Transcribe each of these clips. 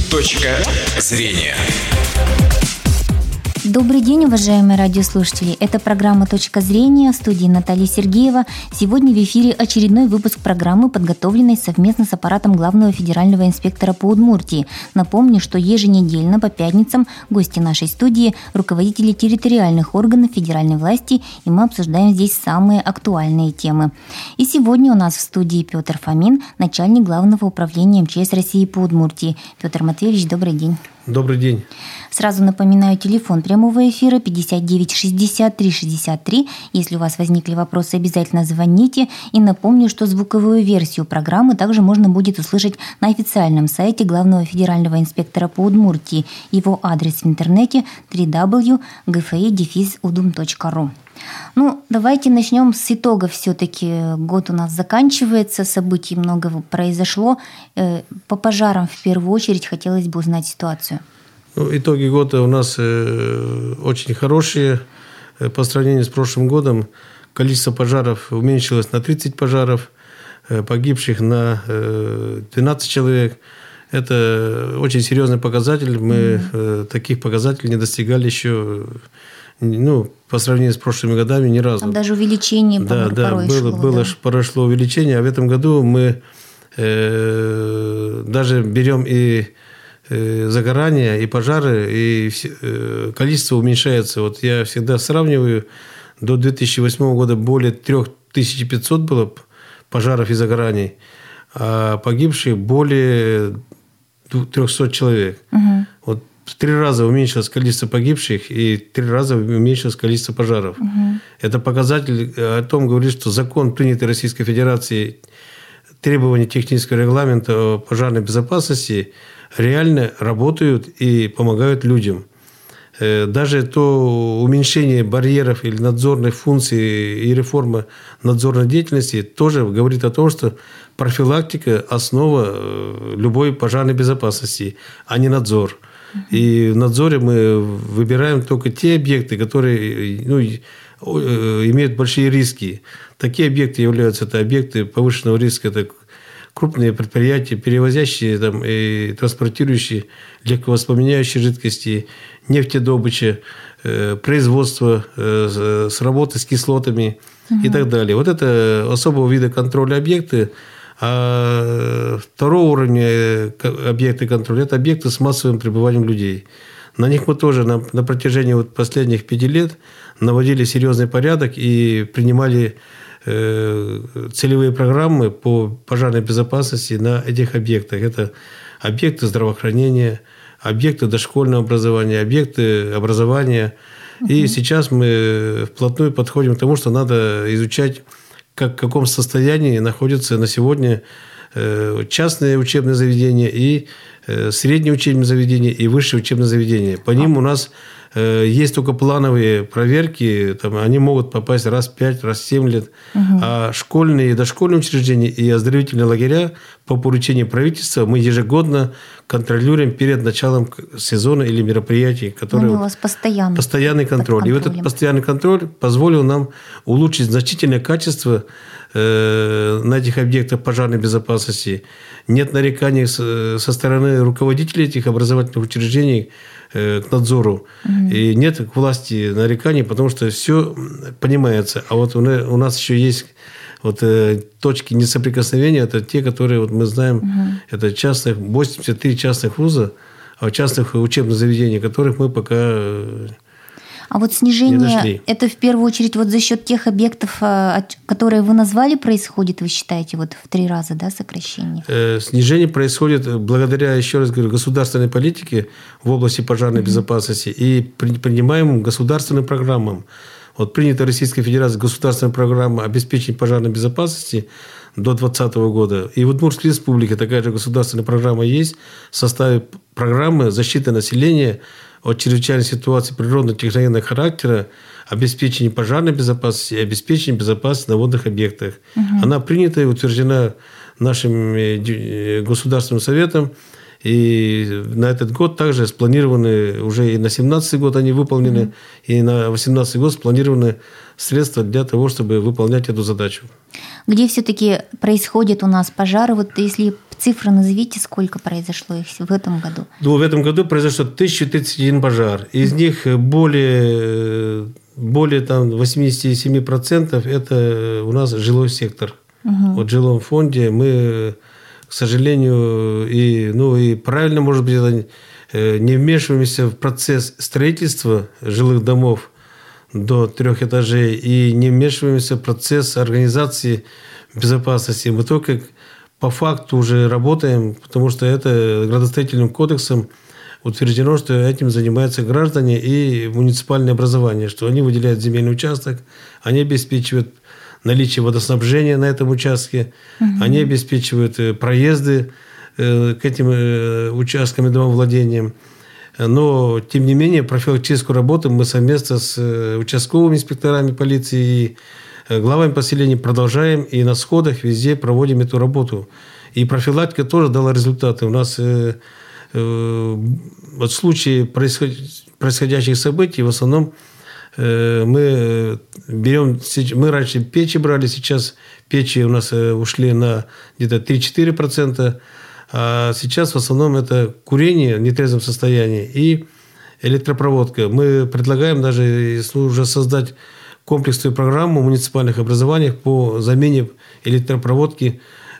Точка зрения. Добрый день, уважаемые радиослушатели. Это программа «Точка зрения», в студии Наталья Сергеева. Сегодня в эфире очередной выпуск программы, подготовленной совместно с аппаратом главного федерального инспектора по Удмуртии. Напомню, что еженедельно по пятницам гости нашей студии – руководители территориальных органов федеральной власти, и мы обсуждаем здесь самые актуальные темы. И сегодня у нас в студии Петр Фомин, начальник Главного управления МЧС России по Удмуртии. Петр Матвеевич, добрый день. Добрый день. Сразу напоминаю, телефон прямого эфира 59 63 63. Если у вас возникли вопросы, обязательно звоните. И напомню, что звуковую версию программы также можно будет услышать на официальном сайте Главного федерального инспектора по Удмуртии. Его адрес в интернете www.gfi-udum.ru. Давайте начнем с итогов. Все-таки год у нас заканчивается, событий много произошло. По пожарам в первую очередь хотелось бы узнать ситуацию. Итоги года у нас очень хорошие. По сравнению с прошлым годом количество пожаров уменьшилось на 30 пожаров, погибших на 12 человек. Это очень серьезный показатель. Мы таких показателей не достигали еще, по сравнению с прошлыми годами ни разу. Там даже увеличение прошло увеличение. А в этом году мы даже берем и загорания, и пожары, и количество уменьшается. Вот я всегда сравниваю, до 2008 года более 3500 было пожаров и загораний, а погибших более 300 человек. Угу. Вот в 3 раза уменьшилось количество погибших и 3 раза уменьшилось количество пожаров. Угу. Это показатель о том, говорит, что закон, принятый Российской Федерацией, требования технического регламента о пожарной безопасности реально работают и помогают людям. Даже то уменьшение барьеров или надзорных функций и реформа надзорной деятельности тоже говорит о том, что профилактика – основа любой пожарной безопасности, а не надзор. И в надзоре мы выбираем только те объекты, которые имеют большие риски. Такие объекты являются объекты повышенного риска. Это крупные предприятия, перевозящие и транспортирующие легковоспламеняющие жидкости, нефтедобыча, производство с работы с кислотами и так далее. Вот это особого вида контроля объекты. А второго уровня объекты контроля – это объекты с массовым пребыванием людей. На них мы тоже на протяжении последних 5 лет наводили серьезный порядок и принимали целевые программы по пожарной безопасности на этих объектах. Это объекты здравоохранения, объекты дошкольного образования, объекты образования. И сейчас мы вплотную подходим к тому, что надо изучать, в каком состоянии находятся на сегодня частные учебные заведения и средние учебные заведения и высшие учебные заведения. По ним у нас есть только плановые проверки, они могут попасть раз в 5, раз в 7 лет. А школьные и дошкольные учреждения и оздоровительные лагеря по поручению правительства мы ежегодно контролируем перед началом сезона или мероприятий, которые... у вас постоянный контроль. И вот этот постоянный контроль позволил нам улучшить значительное качество на этих объектах пожарной безопасности. Нет нареканий со стороны руководителей этих образовательных учреждений к надзору. И нет к власти нареканий, потому что все понимается. А вот у нас еще есть точки несоприкосновения. Это те, которые мы знаем, это 83 частных вуза, частных учебных заведений, которых мы пока... А вот снижение, это в первую очередь за счет тех объектов, которые вы назвали, происходит, вы считаете, в 3 раза, сокращение? Снижение происходит благодаря, еще раз говорю, государственной политике в области пожарной безопасности и принимаемым государственным программам. Принята Российской Федерацией государственная программа обеспечения пожарной безопасности до 2020 года. И в Удмуртской республике такая же государственная программа есть в составе программы защиты населения от чрезвычайной ситуации природно-техногенного характера, обеспечения пожарной безопасности и обеспечения безопасности на водных объектах. Она принята и утверждена нашим Государственным советом. И на этот год также спланированы, уже и на 2017 год они выполнены, и на 2018 год спланированы средства для того, чтобы выполнять эту задачу. Где все-таки происходят у нас пожары? Если Цифры назовите, сколько произошло их в этом году? В этом году произошло 1031 пожар. Из них более там, 87% это у нас жилой сектор. Вот в жилом фонде мы, к сожалению, и правильно, может быть, это не вмешиваемся в процесс строительства жилых домов до 3 этажей и не вмешиваемся в процесс организации безопасности. Мы только по факту уже работаем, потому что это градостроительным кодексом утверждено, что этим занимаются граждане и муниципальное образование, что они выделяют земельный участок, они обеспечивают наличие водоснабжения на этом участке, они обеспечивают проезды к этим участкам и домовладениям. Но, тем не менее, профилактическую работу мы совместно с участковыми инспекторами полиции и главами поселений продолжаем, и на сходах везде проводим эту работу. И профилактика тоже дала результаты. У нас в случае происходящих событий в основном мы раньше печи брали, сейчас печи у нас ушли на где-то 3-4%, а сейчас в основном это курение в нетрезвом состоянии и электропроводка. Мы предлагаем даже уже создать комплексную программу в муниципальных образованиях по замене электропроводки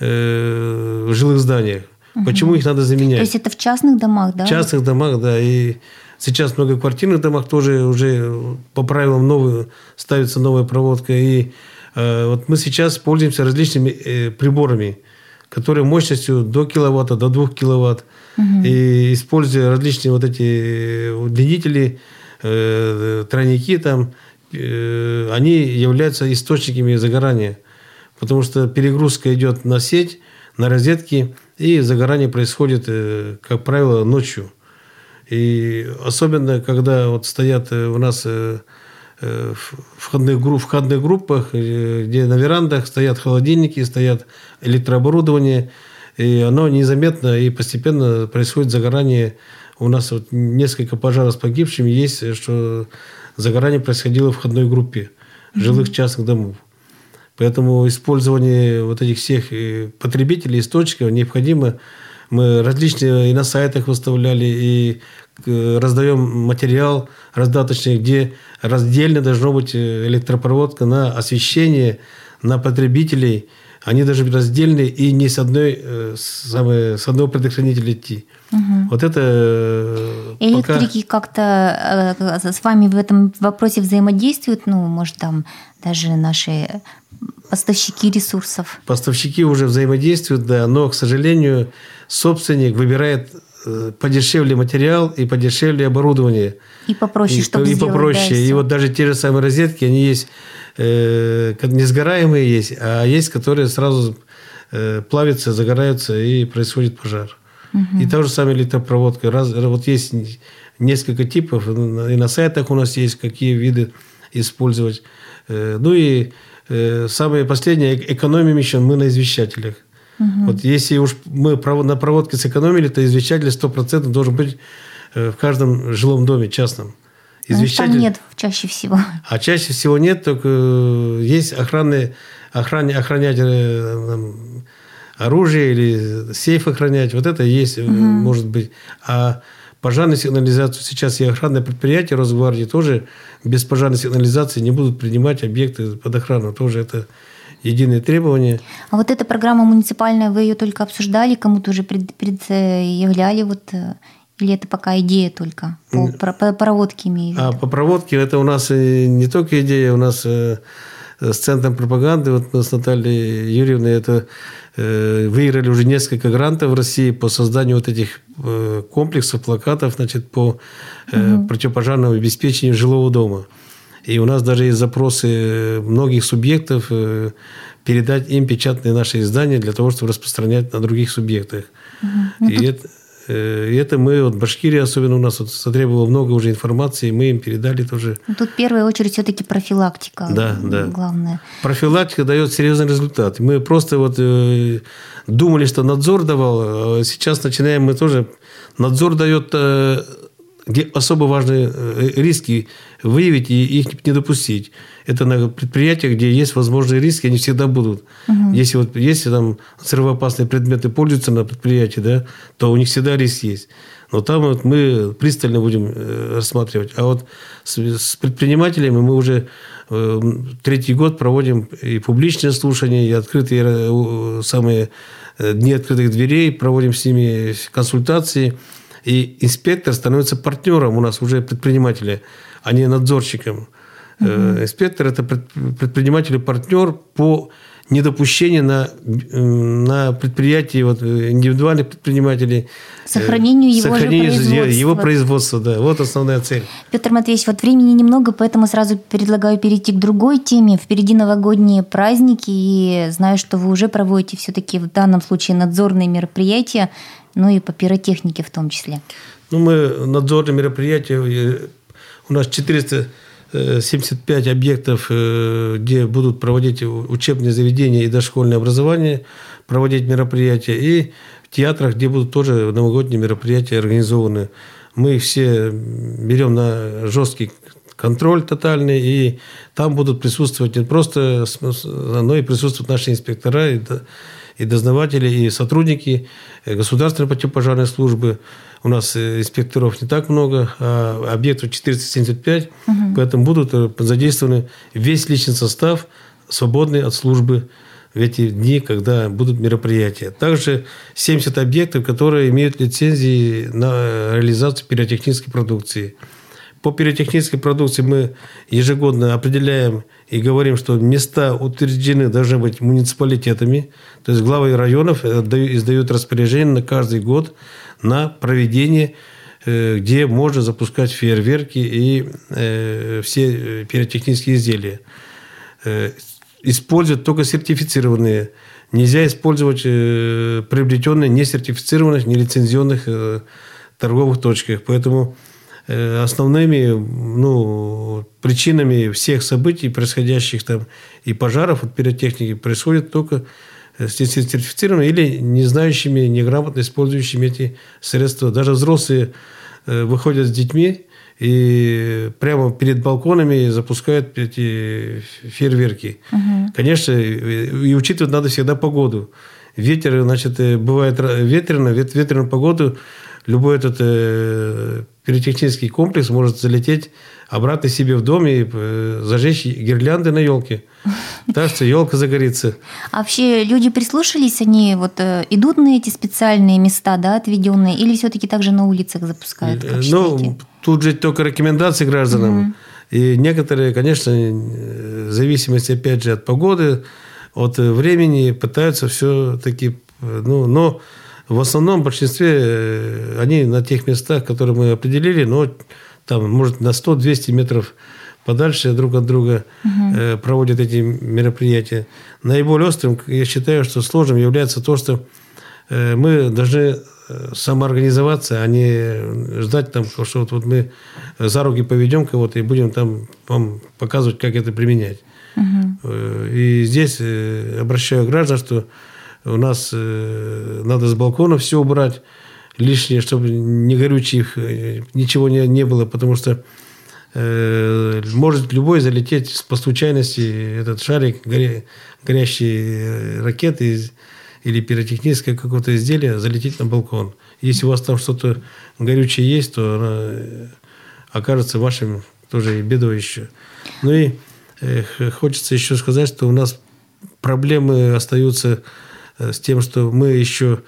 в жилых зданиях. Почему их надо заменять? То есть это в частных домах, да? В частных домах, да. И сейчас в многоквартирных домах тоже уже по правилам ставится новая проводка. И вот мы сейчас пользуемся различными приборами, которые мощностью до киловатта, до 2 киловатт. И используя различные вот эти удлинители, тройники там, они являются источниками загорания. Потому что перегрузка идет на сеть, на розетки, и загорание происходит, как правило, ночью. И особенно, когда вот стоят у нас в входных группах, где на верандах стоят холодильники, стоят электрооборудование, и оно незаметно и постепенно происходит загорание. У нас вот несколько пожаров с погибшими есть, что загорание происходило в входной группе жилых частных домов. Поэтому использование вот этих всех потребителей, источников необходимо. Мы различные и на сайтах выставляли, и раздаем материал раздаточный, где раздельно должна быть электропроводка на освещение, на потребителей. Они должны быть раздельные и не с одного предохранителя идти. Вот это электрики как-то с вами в этом вопросе взаимодействуют? Может, там даже наши поставщики ресурсов? Поставщики уже взаимодействуют, да, но, к сожалению, собственник выбирает подешевле материал и подешевле оборудование. И попроще, чтобы сделать. И попроще. Да, и вот даже те же самые розетки, они есть, несгораемые есть, а есть, которые сразу плавятся, загораются, и происходит пожар. И та же самая электропроводка. Вот есть несколько типов, и на сайтах у нас есть, какие виды использовать. И самое последнее, экономим еще мы на извещателях. Вот если уж мы на проводке сэкономили, то извещатель 100% должен быть в каждом жилом доме частном. Извещатель... Там нет чаще всего. А чаще всего нет, только есть охранять оружие или сейф охранять. Вот это есть, может быть. А пожарную сигнализацию сейчас и охранные предприятия Росгвардии тоже без пожарной сигнализации не будут принимать объекты под охрану. Тоже это единые требования. А вот эта программа муниципальная, вы ее только обсуждали, кому-то уже предъявляли? Или это пока идея только? По проводке имею в виду. По проводке это у нас не только идея, у нас с Центром пропаганды, вот мы с Натальей Юрьевной выиграли уже несколько грантов в России по созданию вот этих комплексов, плакатов, по противопожарному обеспечению жилого дома. И у нас даже есть запросы многих субъектов передать им печатные наши издания для того, чтобы распространять на других субъектах. И это мы, Башкирия особенно у нас затребовала много уже информации, мы им передали тоже. Тут в первую очередь все-таки профилактика. Да. Главное. Профилактика дает серьезный результат. Мы просто думали, что надзор давал, а сейчас начинаем мы тоже. Надзор дает где особо важные риски выявить и их не допустить. Это на предприятиях, где есть возможные риски, они всегда будут. Если там взрывоопасные предметы пользуются на предприятии, да, то у них всегда риск есть. Но там вот мы пристально будем рассматривать. А вот с предпринимателями мы уже третий год проводим и публичные слушания, и открытые самые дни открытых дверей, проводим с ними консультации. И инспектор становится партнером у нас уже предпринимателя, а не надзорщиком. Инспектор – это предприниматель и партнер по недопущению на предприятии индивидуальных предпринимателей. Сохранению его производства. Да. Вот основная цель. Петр Матвеевич, вот времени немного, поэтому сразу предлагаю перейти к другой теме. Впереди новогодние праздники, и знаю, что вы уже проводите все-таки в данном случае надзорные мероприятия, ну и по пиротехнике в том числе. Мы надзорные мероприятия, у нас 475 объектов, где будут проводить учебные заведения и дошкольное образование, проводить мероприятия, и в театрах, где будут тоже новогодние мероприятия организованы. Мы их все берем на жесткий контроль тотальный, и там будут присутствовать не просто, но и присутствуют наши инспектора, и дознаватели, и сотрудники государственной противопожарной службы. У нас инспекторов не так много, а объектов 475, поэтому будут задействованы весь личный состав, свободный от службы в эти дни, когда будут мероприятия. Также 70 объектов, которые имеют лицензии на реализацию пиротехнической продукции. По пиротехнической продукции мы ежегодно определяем и говорим, что места утверждены должны быть муниципалитетами, то есть главы районов издают распоряжение на каждый год на проведение, где можно запускать фейерверки и все пиротехнические изделия. Используют только сертифицированные. Нельзя использовать приобретенные несертифицированных, нелицензионных торговых точках. Поэтому основными причинами всех событий, происходящих там и пожаров от пиротехники, происходит только с сертифицированными или не знающими, неграмотно использующими эти средства. Даже взрослые выходят с детьми и прямо перед балконами запускают эти фейерверки. Конечно, и учитывать надо всегда погоду. Ветер, бывает ветрено, ветреную погоду любой этот пиротехнический комплекс может залететь обратно себе в дом и зажечь гирлянды на елке. Так что елка загорится. А вообще люди прислушались, они идут на эти специальные места, да, отведенные, или все-таки также на улицах запускают? Тут же только рекомендации гражданам. И некоторые, конечно, в зависимости, опять же, от погоды, от времени, пытаются все-таки, но в основном, в большинстве, они на тех местах, которые мы определили, но там, может, на 100-200 метров подальше друг от друга проводят эти мероприятия. Наиболее острым, я считаю, что сложным является то, что мы должны самоорганизоваться, а не ждать, что мы за руки поведем кого-то и будем там вам показывать, как это применять. И здесь обращаю граждан, что у нас надо с балкона все убрать лишнее, чтобы не горючих, ничего не было, потому что может любой залететь по случайности этот шарик, горящие ракеты или пиротехническое какое-то изделие залететь на балкон. Если у вас там что-то горючее есть, то оно окажется вашим тоже и бедой еще. Ну и хочется еще сказать, что у нас проблемы остаются с тем, что мы еще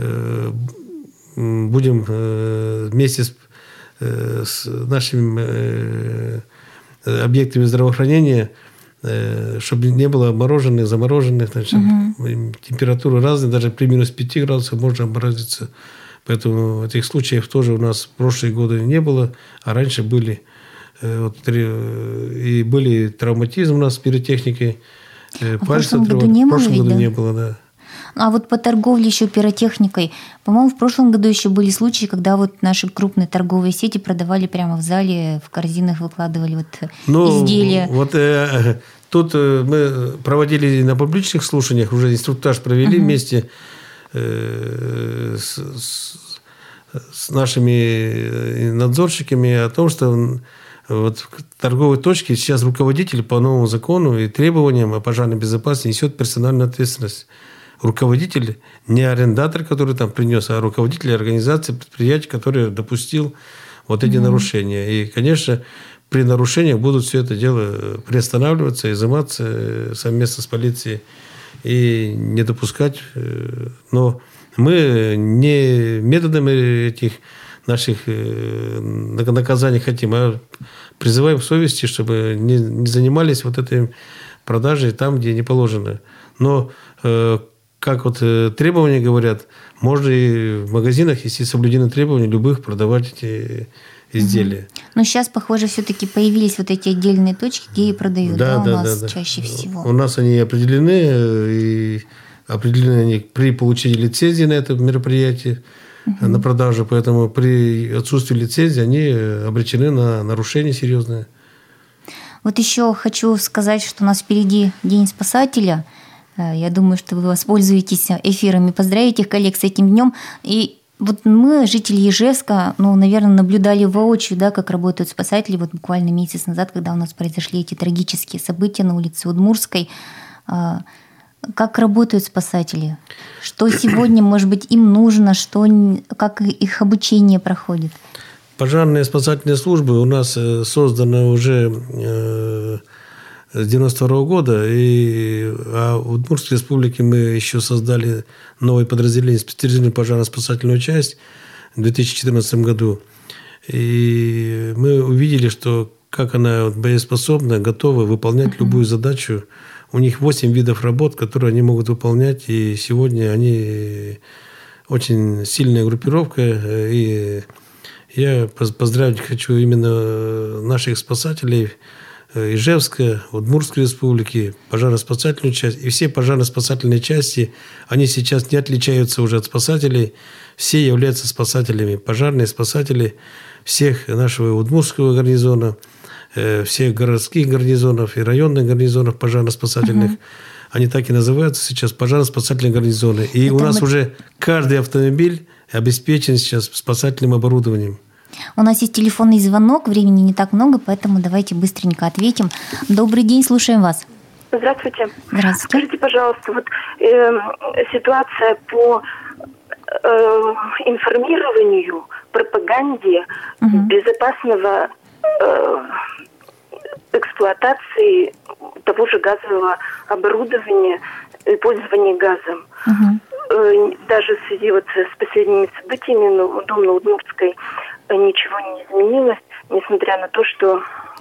будем вместе с нашими объектами здравоохранения, чтобы не было обмороженных, замороженных. Температуры разные, даже при минус 5 градусов можно обморозиться. Поэтому этих случаев тоже у нас в прошлые годы не было, а раньше были. И были травматизмы у нас с пиротехникой. В прошлом году не было? В прошлом году не было, да. А вот по торговле еще пиротехникой, по-моему, в прошлом году еще были случаи, когда наши крупные торговые сети продавали прямо в зале, в корзинах выкладывали изделия. Тут мы проводили на публичных слушаниях, уже инструктаж провели вместе с с нашими надзорщиками о том, что вот в торговой точке сейчас руководитель по новому закону и требованиям о пожарной безопасности несет персональную ответственность. Руководитель не арендатор, который там принес, а руководитель организации, предприятия, который допустил вот эти нарушения. И, конечно, при нарушениях будут все это дело приостанавливаться, изыматься совместно с полицией и не допускать. Но мы не методами этих наших наказаний хотим, а призываем к совести, чтобы не занимались вот этой продажей там, где не положено. Но как вот требования говорят, можно и в магазинах, если соблюдены требования, любых продавать эти изделия. Но сейчас, похоже, все-таки появились вот эти отдельные точки, где и продают, у нас чаще всего. У нас они определены, и определены они при получении лицензии на это мероприятие, на продажу, поэтому при отсутствии лицензии они обречены на нарушения серьезные. Вот еще хочу сказать, что у нас впереди День спасателя. Я думаю, что вы воспользуетесь эфиром и поздравите коллег с этим днем. И вот мы, жители Ижевска, наверное, наблюдали воочию, как работают спасатели. Вот буквально месяц назад, когда у нас произошли эти трагические события на улице Удмуртской. Как работают спасатели? Что сегодня, может быть, им нужно? Как их обучение проходит? Пожарные спасательные службы у нас созданы уже с 1992 года. А в Удмуртской республике мы еще создали новое подразделение, специализированную пожарно-спасательную часть в 2014 году. И мы увидели, что как она боеспособна, готова выполнять любую задачу. У них 8 видов работ, которые они могут выполнять. И сегодня они очень сильная группировка. И я поздравить хочу именно наших спасателей Ижевска, Удмуртской республики, пожарно-спасательную часть. И все пожарно-спасательные части, они сейчас не отличаются уже от спасателей. Все являются спасателями. Пожарные спасатели всех нашего Удмуртского гарнизона, всех городских гарнизонов и районных гарнизонов пожарно-спасательных. Они так и называются сейчас, пожарно-спасательные гарнизоны. И у нас уже каждый автомобиль обеспечен сейчас спасательным оборудованием. У нас есть телефонный звонок, времени не так много, поэтому давайте быстренько ответим. Добрый день, слушаем вас. Здравствуйте. Здравствуйте. Скажите, пожалуйста, вот ситуация по информированию, пропаганде безопасного эксплуатации того же газового оборудования и пользования газом. Даже в связи с последними событиями на Удмуртской ничего не изменилось, несмотря на то, что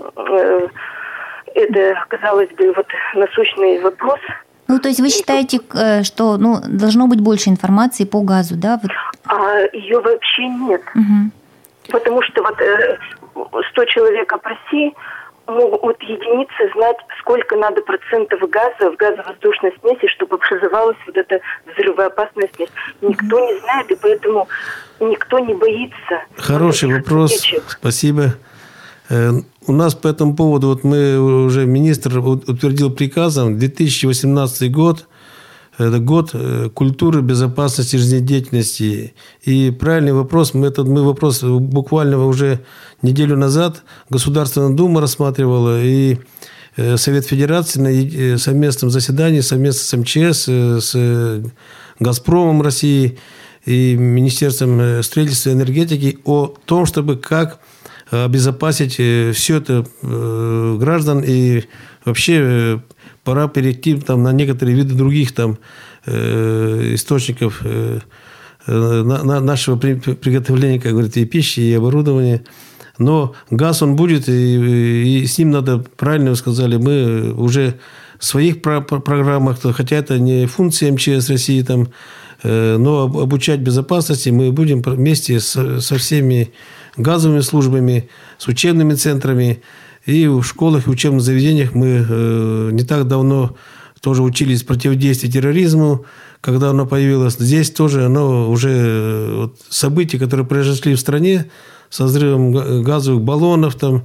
это, казалось бы, насущный вопрос. То есть вы считаете, что должно быть больше информации по газу, да? А ее вообще нет. Потому что 100 человек опроси, могут единицы знать, сколько надо процентов газа в газовоздушной смеси, чтобы образовалась эта взрывоопасная смесь. Никто не знает, и поэтому никто не боится. Хороший вопрос. Спасибо. У нас по этому поводу, мы уже, министр утвердил приказом 2018 год, это год культуры безопасности жизнедеятельности. И правильный вопрос, мы вопрос буквально уже неделю назад Государственная Дума рассматривала, и Совет Федерации на совместном заседании, совместно с МЧС, с «Газпромом» России и Министерством строительства и энергетики о том, чтобы как обезопасить все это граждан, и вообще пора перейти на некоторые виды других источников нашего приготовления, как говорится, и пищи, и оборудования. Но газ он будет, и с ним надо, правильно вы сказали, мы уже в своих программах, хотя это не функция МЧС России, но обучать безопасности мы будем вместе со всеми газовыми службами, с учебными центрами. И в школах и учебных заведениях мы не так давно тоже учились противодействию терроризму, когда оно появилось. Здесь тоже оно уже события, которые произошли в стране со взрывом газовых баллонов,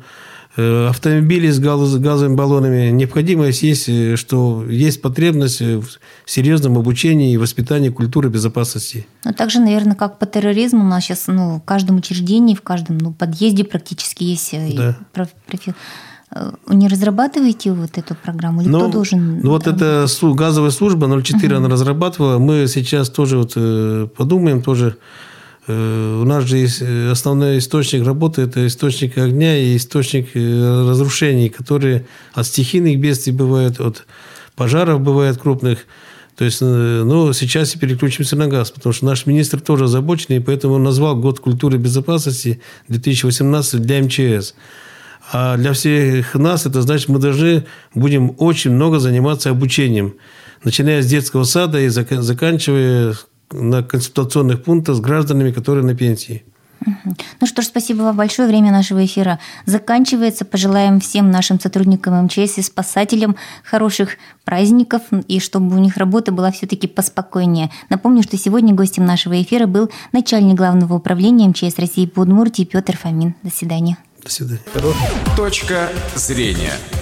автомобили с газовыми баллонами. Необходимость есть, что есть потребность в серьезном обучении и воспитании культуры безопасности. Но также, наверное, как по терроризму, у нас сейчас в каждом учреждении, в каждом подъезде практически есть профиль. Не разрабатываете вот эту программу? Или кто должен? Вот эта газовая служба 04 она разрабатывала. Мы сейчас тоже подумаем тоже. У нас же есть основной источник работы, это источник огня и источник разрушений, которые от стихийных бедствий бывают, от пожаров бывают крупных. То есть, сейчас и переключимся на газ, потому что наш министр тоже озабочен, и поэтому он назвал Год культуры и безопасности 2018 для МЧС. А для всех нас это значит, мы будем очень много заниматься обучением, начиная с детского сада и заканчивая на консультационных пунктах с гражданами, которые на пенсии. Ну что ж, спасибо вам большое. Время нашего эфира заканчивается. Пожелаем всем нашим сотрудникам МЧС и спасателям хороших праздников, и чтобы у них работа была все-таки поспокойнее. Напомню, что сегодня гостем нашего эфира был начальник Главного управления МЧС России по Удмуртии Петр Фомин. До свидания. До свидания. Точка зрения.